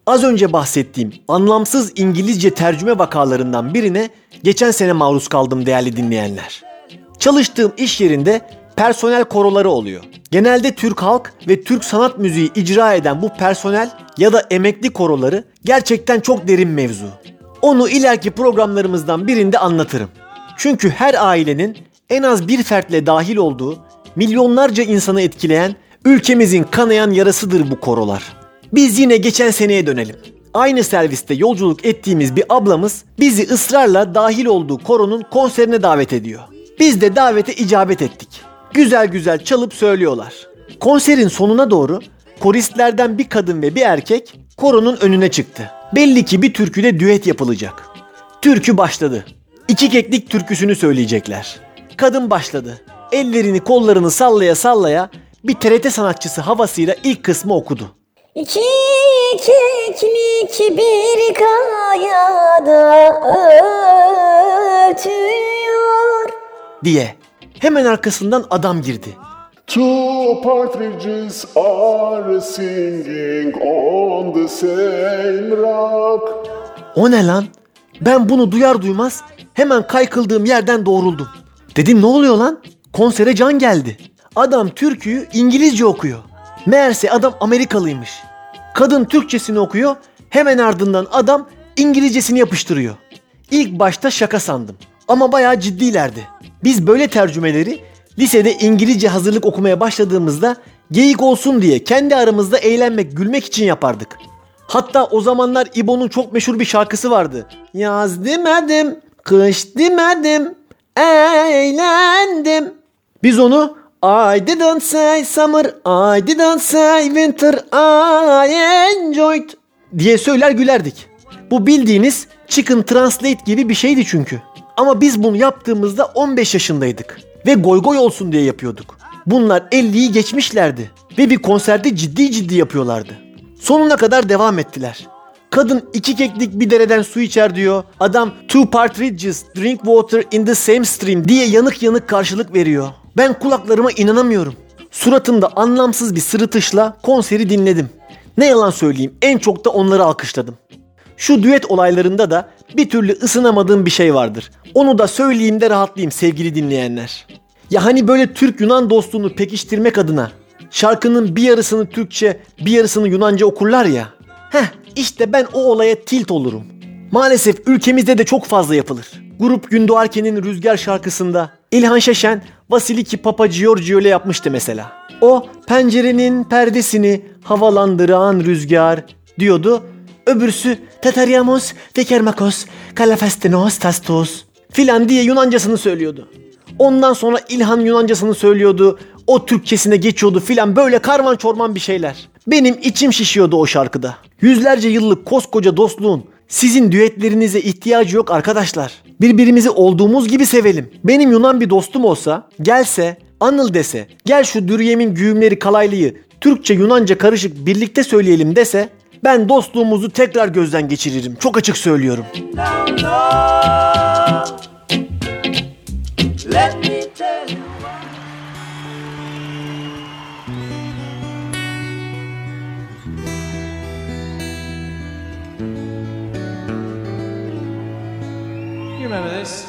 Az önce bahsettiğim anlamsız İngilizce tercüme vakalarından birine geçen sene maruz kaldım değerli dinleyenler. Çalıştığım iş yerinde personel koroları oluyor. Genelde Türk halk ve Türk sanat müziği icra eden bu personel ya da emekli koroları gerçekten çok derin mevzu. Onu ileriki programlarımızdan birinde anlatırım. Çünkü her ailenin en az bir fertle dahil olduğu, milyonlarca insanı etkileyen, ülkemizin kanayan yarasıdır bu korolar. Biz yine geçen seneye dönelim. Aynı serviste yolculuk ettiğimiz bir ablamız bizi ısrarla dahil olduğu koronun konserine davet ediyor. Biz de davete icabet ettik. Güzel güzel çalıp söylüyorlar. Konserin sonuna doğru koristlerden bir kadın ve bir erkek koronun önüne çıktı. Belli ki bir türküde düet yapılacak. Türkü başladı. İki keklik türküsünü söyleyecekler. Kadın başladı. Ellerini kollarını sallaya sallaya bir T R T sanatçısı havasıyla ilk kısmı okudu. İki keklik bir kayada ötüyor diye. Hemen arkasından adam girdi. Two partridges are singing on the same rock. O ne lan? Ben bunu duyar duymaz hemen kaykıldığım yerden doğruldum. Dedim ne oluyor lan? Konsere can geldi. Adam türküyü İngilizce okuyor. Meğerse adam Amerikalıymış. Kadın Türkçesini okuyor, hemen ardından adam İngilizcesini yapıştırıyor. İlk başta şaka sandım ama bayağı ciddilerdi. Biz böyle tercümeleri lisede İngilizce hazırlık okumaya başladığımızda geyik olsun diye kendi aramızda eğlenmek, gülmek için yapardık. Hatta o zamanlar İbo'nun çok meşhur bir şarkısı vardı. Yaz demedim, kış demedim, eğlendim. Biz onu I didn't say summer, I didn't say winter, I enjoyed diye söyler gülerdik. Bu bildiğiniz Chicken Translate gibi bir şeydi çünkü. Ama biz bunu yaptığımızda on beş yaşındaydık. Ve goy goy olsun diye yapıyorduk. Bunlar elliyi geçmişlerdi. Ve bir konserde ciddi ciddi yapıyorlardı. Sonuna kadar devam ettiler. Kadın iki keklik bir dereden su içer diyor. Adam two partridges drink water in the same stream diye yanık yanık karşılık veriyor. Ben kulaklarıma inanamıyorum. Suratımda anlamsız bir sırıtışla konseri dinledim. Ne yalan söyleyeyim, en çok da onları alkışladım. Şu düet olaylarında da bir türlü ısınamadığım bir şey vardır. Onu da söyleyeyim de rahatlayayım sevgili dinleyenler. Ya hani böyle Türk-Yunan dostluğunu pekiştirmek adına şarkının bir yarısını Türkçe, bir yarısını Yunanca okurlar ya. Heh, işte ben o olaya tilt olurum. Maalesef ülkemizde de çok fazla yapılır. Grup Gündoğarken'in Rüzgar şarkısında İlhan Şeşen Vasiliki Papa Giorgio ile yapmıştı mesela. O pencerenin perdesini havalandıran rüzgar diyordu. Öbürsü Tatariamos, Tekermakos, Kalafestenos, Tastos filan diye Yunancasını söylüyordu. Ondan sonra İlhan Yunancasını söylüyordu. O Türkçesine geçiyordu filan, böyle karman çorman bir şeyler. Benim içim şişiyordu o şarkıda. Yüzlerce yıllık koskoca dostluğun sizin düetlerinize ihtiyacı yok arkadaşlar. Birbirimizi olduğumuz gibi sevelim. Benim Yunan bir dostum olsa, gelse, Anıl dese, gel şu Dürüyem'in güğümleri kalaylıyı Türkçe Yunanca karışık birlikte söyleyelim dese, ben dostluğumuzu tekrar gözden geçiririm. Çok açık söylüyorum. You remember this?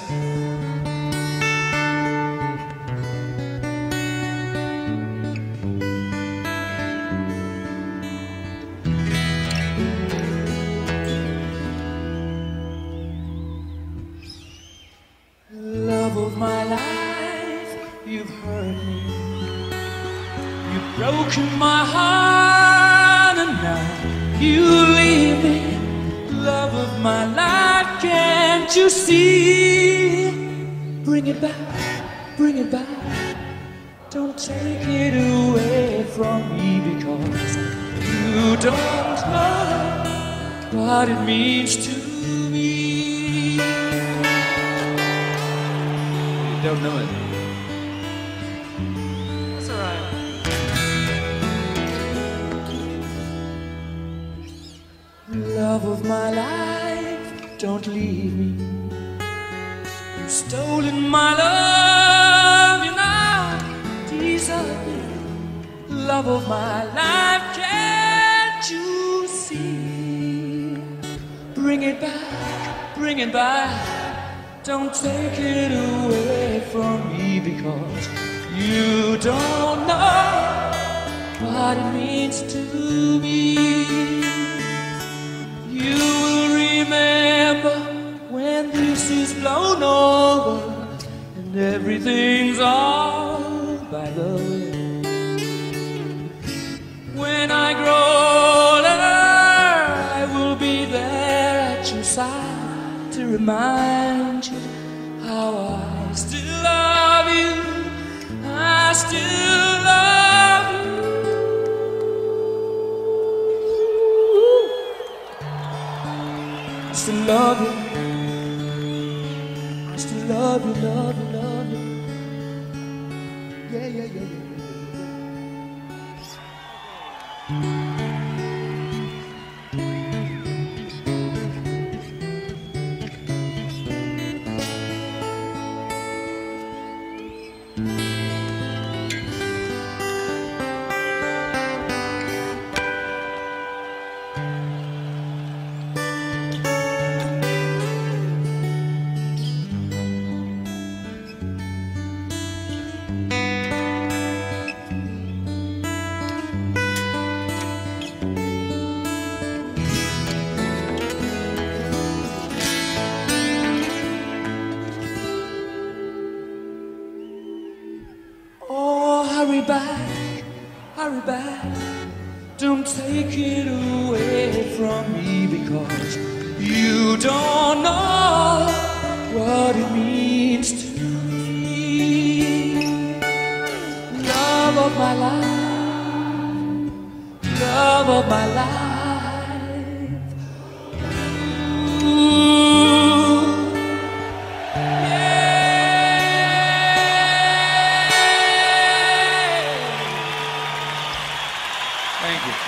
Love of my life, you've hurt me. You've broken my heart and now you leave me. Love of my life, can't you see? Bring it back, bring it back. Don't take it away from me, because you don't know what it means to me. You don't know it. That's alright. Love of my life, don't leave me. You've stolen my love, you now deserve me. Love of my life, can't you see? Bring it back, bring it back. Don't take it away from me, because you don't know what it means to me. You will remember when this is blown over and everything's all by the way. When I grow older, I will be there at your side to remind you how I still love you. I still love you. I still love you. I still love you, love you, love you. Yeah, yeah, yeah, yeah. Hurry back, hurry back. Don't take it away from me, because you don't know what it means to me. Love of my life, love of my life. Ooh, yeah. Thank you.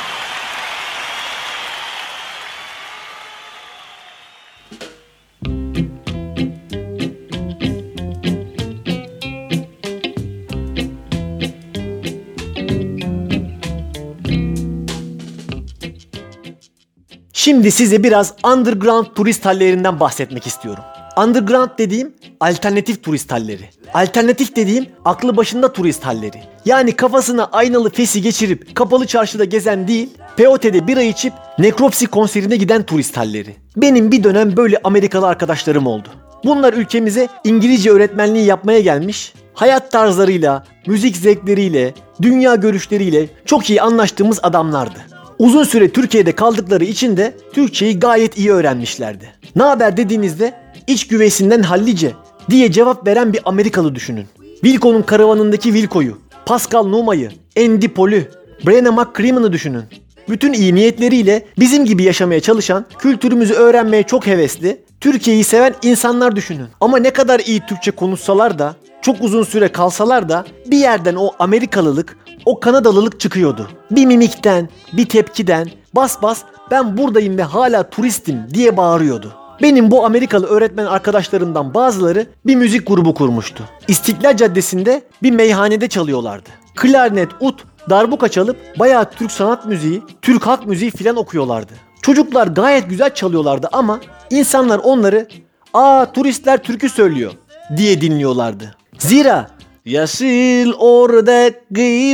Şimdi size biraz underground turist hallerinden bahsetmek istiyorum. Underground dediğim alternatif turist halleri. Alternatif dediğim aklı başında turist halleri. Yani kafasına aynalı fesi geçirip kapalı çarşıda gezen değil, P O T'de bira içip Necropsy konserine giden turist halleri. Benim bir dönem böyle Amerikalı arkadaşlarım oldu. Bunlar ülkemize İngilizce öğretmenliği yapmaya gelmiş, hayat tarzlarıyla, müzik zevkleriyle, dünya görüşleriyle çok iyi anlaştığımız adamlardı. Uzun süre Türkiye'de kaldıkları için de Türkçeyi gayet iyi öğrenmişlerdi. Ne haber dediğinizde iç güveysinden hallice diye cevap veren bir Amerikalı düşünün. Wilco'nun karavanındaki Wilco'yu, Pascal Numa'yı, Andy Paul'ü, Brenna McCrimmon'ı düşünün. Bütün iyi niyetleriyle bizim gibi yaşamaya çalışan, kültürümüzü öğrenmeye çok hevesli, Türkiye'yi seven insanlar düşünün. Ama ne kadar iyi Türkçe konuşsalar da, çok uzun süre kalsalar da bir yerden o Amerikalılık, o Kanadalılık çıkıyordu. Bir mimikten, bir tepkiden bas bas ben buradayım ve hala turistim diye bağırıyordu. Benim bu Amerikalı öğretmen arkadaşlarımdan bazıları bir müzik grubu kurmuştu. İstiklal Caddesi'nde bir meyhanede çalıyorlardı. Klarnet, ut, darbuka çalıp bayağı Türk sanat müziği, Türk halk müziği filan okuyorlardı. Çocuklar gayet güzel çalıyorlardı ama insanlar onları "Aa, turistler türkü söylüyor" diye dinliyorlardı. Zira "Yeşil ördek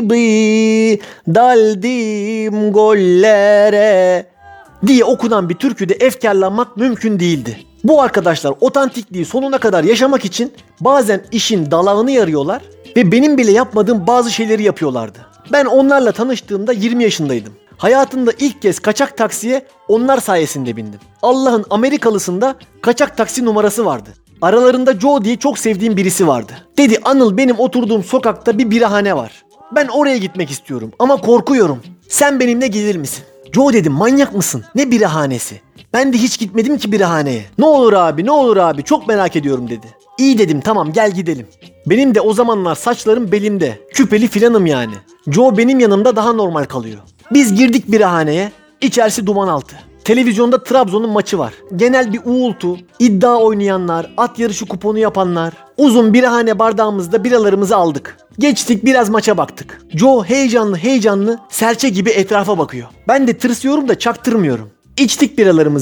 gibi daldim gollere" diye okunan bir türküde efkarlanmak mümkün değildi. Bu arkadaşlar otantikliği sonuna kadar yaşamak için bazen işin dalağını yarıyorlar ve benim bile yapmadığım bazı şeyleri yapıyorlardı. Ben onlarla tanıştığımda yirmi yaşındaydım. Hayatımda ilk kez kaçak taksiye onlar sayesinde bindim. Allah'ın Amerikalısında kaçak taksi numarası vardı. Aralarında Joe diye çok sevdiğim birisi vardı. Dedi, "Anıl, benim oturduğum sokakta bir birahane var. Ben oraya gitmek istiyorum ama korkuyorum. Sen benimle gelir misin?" Joe dedim, "Manyak mısın? Ne birahanesi? Ben de hiç gitmedim ki birahaneye." "Ne olur abi, ne olur abi, çok merak ediyorum" dedi. "İyi" dedim, "tamam gel gidelim." Benim de o zamanlar saçlarım belimde, küpeli filanım yani. Joe benim yanımda daha normal kalıyor. Biz girdik birahaneye, içerisi duman altı. Televizyonda Trabzon'un maçı var. Genel bir uğultu, iddia oynayanlar, at yarışı kuponu yapanlar. Uzun birahane bardağımızda biralarımızı aldık. Geçtik, biraz maça baktık. Joe heyecanlı heyecanlı serçe gibi etrafa bakıyor. Ben de tırsıyorum da çaktırmıyorum. İçtik biralarımızı.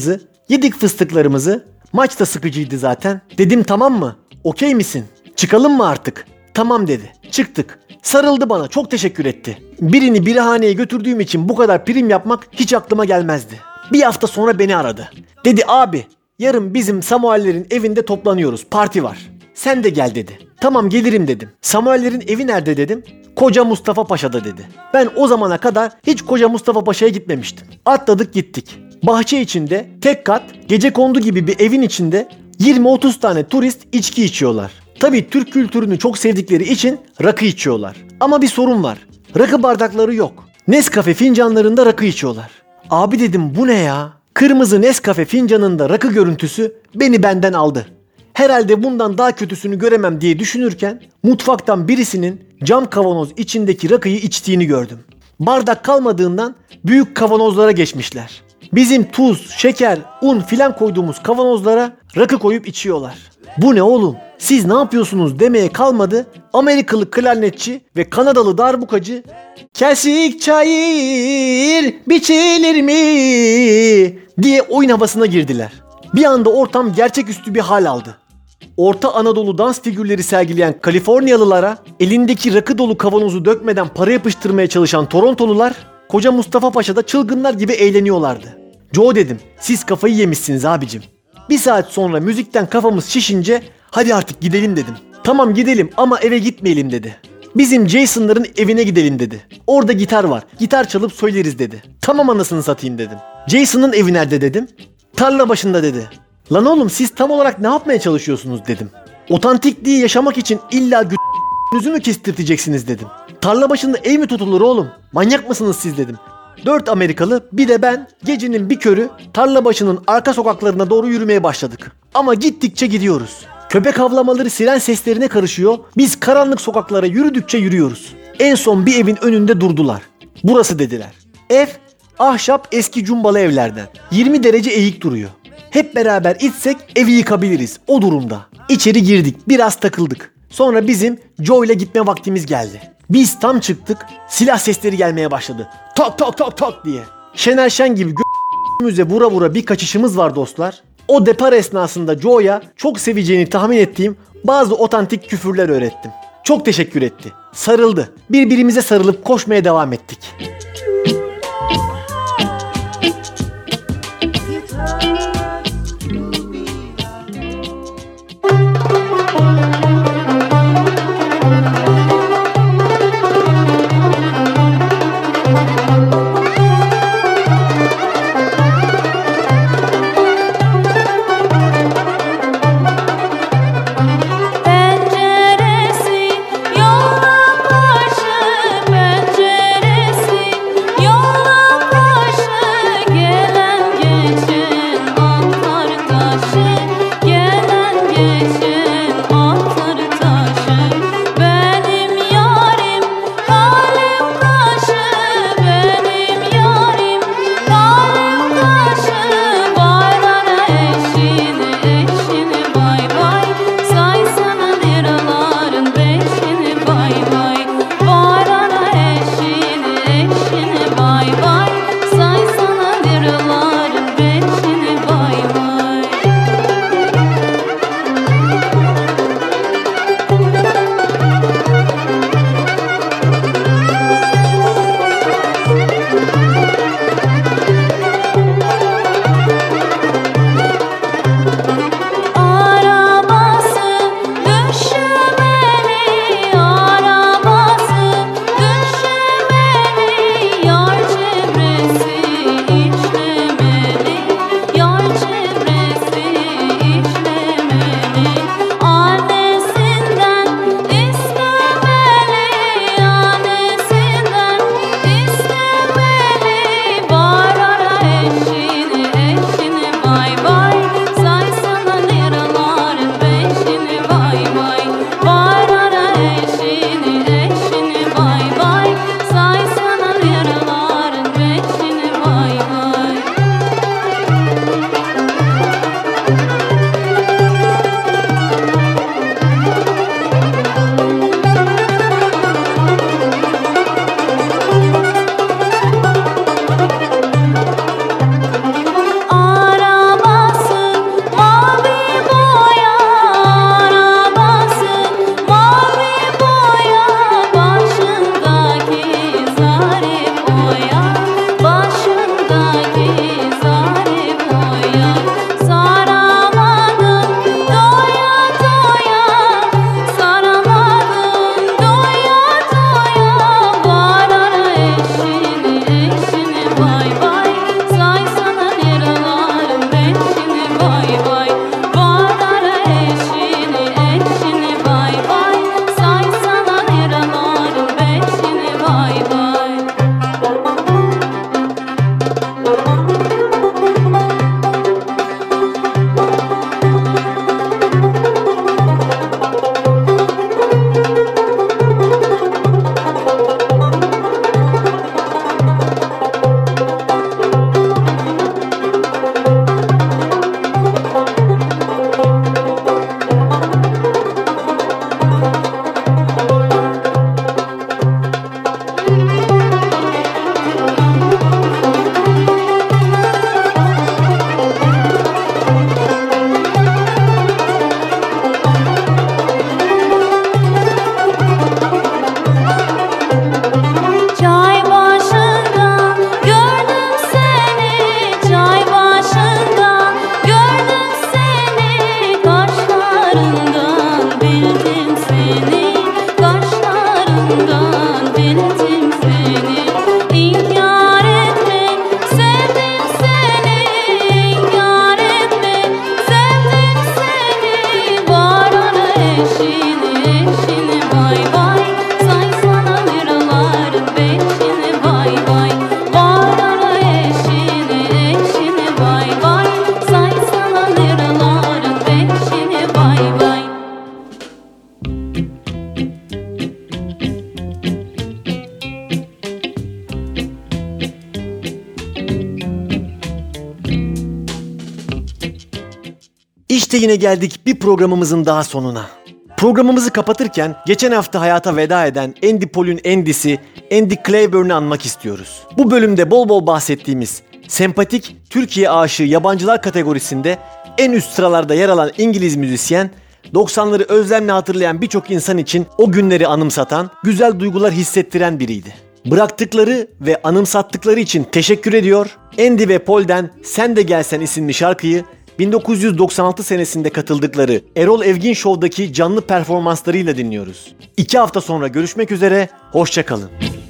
Yedik fıstıklarımızı. Maç da sıkıcıydı zaten. Dedim tamam mı? Okey misin? Çıkalım mı artık? Tamam dedi. Çıktık. Sarıldı bana. Çok teşekkür etti. Birini birihaneye götürdüğüm için bu kadar prim yapmak hiç aklıma gelmezdi. Bir hafta sonra beni aradı. Dedi abi yarın bizim Samuel'lerin evinde toplanıyoruz. Parti var. Sen de gel dedi. Tamam gelirim dedim. Samuel'lerin evi nerede dedim. Koca Mustafa Paşa'da dedi. Ben o zamana kadar hiç Koca Mustafa Paşa'ya gitmemiştim. Atladık gittik. Bahçe içinde tek kat gecekondu gibi bir evin içinde yirmi otuz tane turist içki içiyorlar. Tabii Türk kültürünü çok sevdikleri için rakı içiyorlar. Ama bir sorun var. Rakı bardakları yok. Nescafe fincanlarında rakı içiyorlar. Abi dedim bu ne ya? Kırmızı Nescafe fincanında rakı görüntüsü beni benden aldı. Herhalde bundan daha kötüsünü göremem diye düşünürken mutfaktan birisinin cam kavanoz içindeki rakıyı içtiğini gördüm. Bardak kalmadığından büyük kavanozlara geçmişler. Bizim tuz, şeker, un filan koyduğumuz kavanozlara rakı koyup içiyorlar. Bu ne oğlum? Siz ne yapıyorsunuz demeye kalmadı. Amerikalı klarnetçi ve Kanadalı darbukacı "Kesik çayır biçilir mi?" diye oyun havasına girdiler. Bir anda ortam gerçeküstü bir hal aldı. Orta Anadolu dans figürleri sergileyen Kaliforniyalılara elindeki rakı dolu kavanozu dökmeden para yapıştırmaya çalışan Torontolular Koca Mustafa Paşa'da çılgınlar gibi eğleniyorlardı. Joe dedim, siz kafayı yemişsiniz abicim. Bir saat sonra müzikten kafamız şişince hadi artık gidelim dedim. Tamam gidelim ama eve gitmeyelim dedi. Bizim Jason'ların evine gidelim dedi. Orada gitar var, gitar çalıp söyleriz dedi. Tamam anasını satayım dedim. Jason'ın evi nerede dedim. Tarla başında dedi. Lan oğlum siz tam olarak ne yapmaya çalışıyorsunuz dedim. Otantikliği yaşamak için illa gü***nüzü mü kestirteceksiniz dedim. Tarla başında ev mi tutulur oğlum? Manyak mısınız siz dedim. Dört Amerikalı bir de ben gecenin bir körü tarla başının arka sokaklarına doğru yürümeye başladık. Ama gittikçe gidiyoruz. Köpek havlamaları siren seslerine karışıyor. Biz karanlık sokaklara yürüdükçe yürüyoruz. En son bir evin önünde durdular. Burası dediler. Ev ahşap eski cumbalı evlerden. yirmi derece eğik duruyor. Hep beraber içsek evi yıkabiliriz o durumda. İçeri girdik, biraz takıldık. Sonra bizim Joe ile gitme vaktimiz geldi. Biz tam çıktık, silah sesleri gelmeye başladı. Tak tak tak tak diye. Şener Şen gibi gö***müze vura vura bir kaçışımız var dostlar. O depar esnasında Joe'ya çok seveceğini tahmin ettiğim bazı otantik küfürler öğrettim. Çok teşekkür etti. Sarıldı. Birbirimize sarılıp koşmaya devam ettik. Penceresi yola karşı, penceresi İşte yine geldik bir programımızın daha sonuna. Programımızı kapatırken geçen hafta hayata veda eden Andy Paul'ün Andy'si Andy Cleavern'ı anmak istiyoruz. Bu bölümde bol bol bahsettiğimiz sempatik Türkiye aşığı yabancılar kategorisinde en üst sıralarda yer alan İngiliz müzisyen, doksanları özlemle hatırlayan birçok insan için o günleri anımsatan, güzel duygular hissettiren biriydi. Bıraktıkları ve anımsattıkları için teşekkür ediyor. Andy ve Paul'den Sen de Gelsen isimli şarkıyı bin dokuz yüz doksan altı senesinde katıldıkları Erol Evgin Show'daki canlı performanslarıyla dinliyoruz. İki hafta sonra görüşmek üzere, hoşça kalın.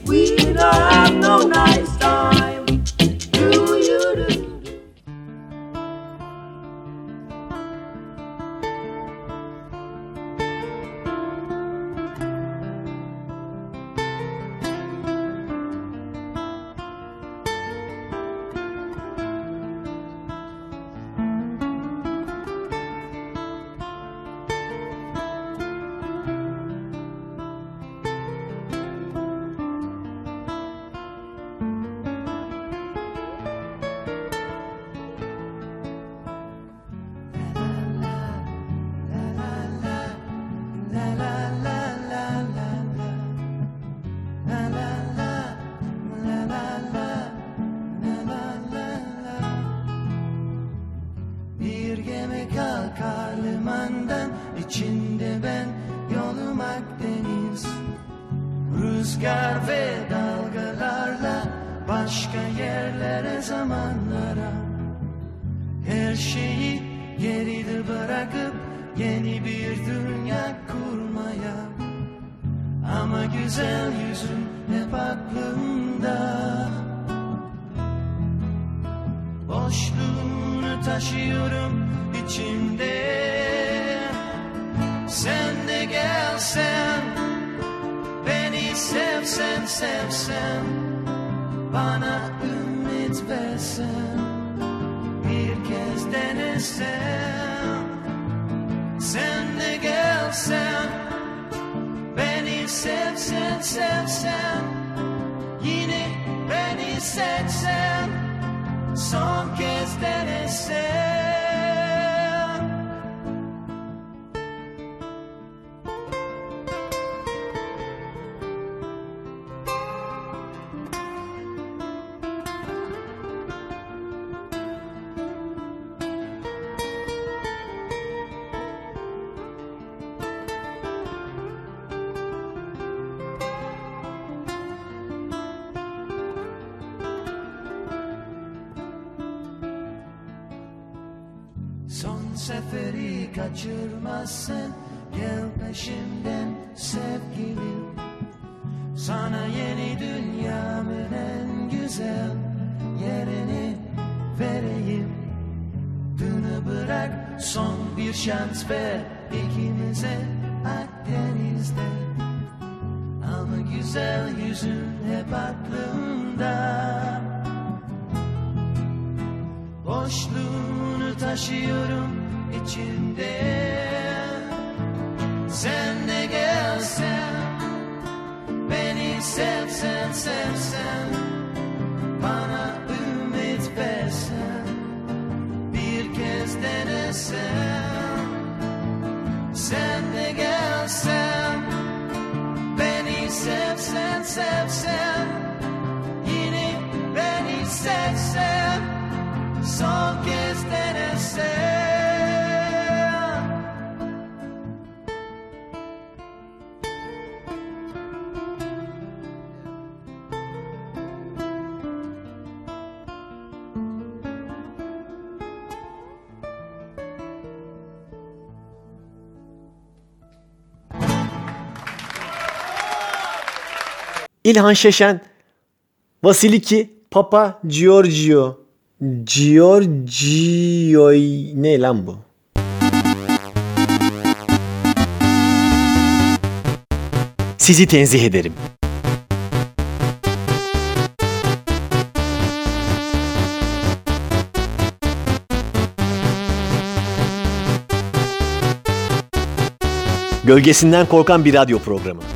içinde ben, yolum Akdeniz. Rüzgar ve dalgalarla başka yerlere, zamanlara. Her şeyi geride bırakıp yeni bir dünya kurmaya. Ama güzel yüzün hep aklımda. Boşluğunu taşıyorum içimde. Sen de gelsen, beni sevsen sevsen, bana ümit versen, bir kez denesen. Sen de gelsen, beni sevsen sevsen, yine beni seçsen, son kez denesen. Son seferi kaçırmazsın, gel peşimden sevgilim. Sana yeni dünyamın en güzel yerini vereyim. Dünü bırak, son bir şans ver ikimize Akdeniz'de. Ama güzel yüzün hep aklımda. Boşluğunu taşıyorum içimde. Sen de gelsen, beni sevsen sevsen, bana ümit versen, bir kez denesen. Sen de gelsen, beni sevsen sevsen, yine beni sevsen, son kez denesen. İlhan Şeşen, Vasiliki, Papa Giorgio. Giorgio ne lan bu? Sizi tenzih ederim. Gölgesinden korkan bir radyo programı.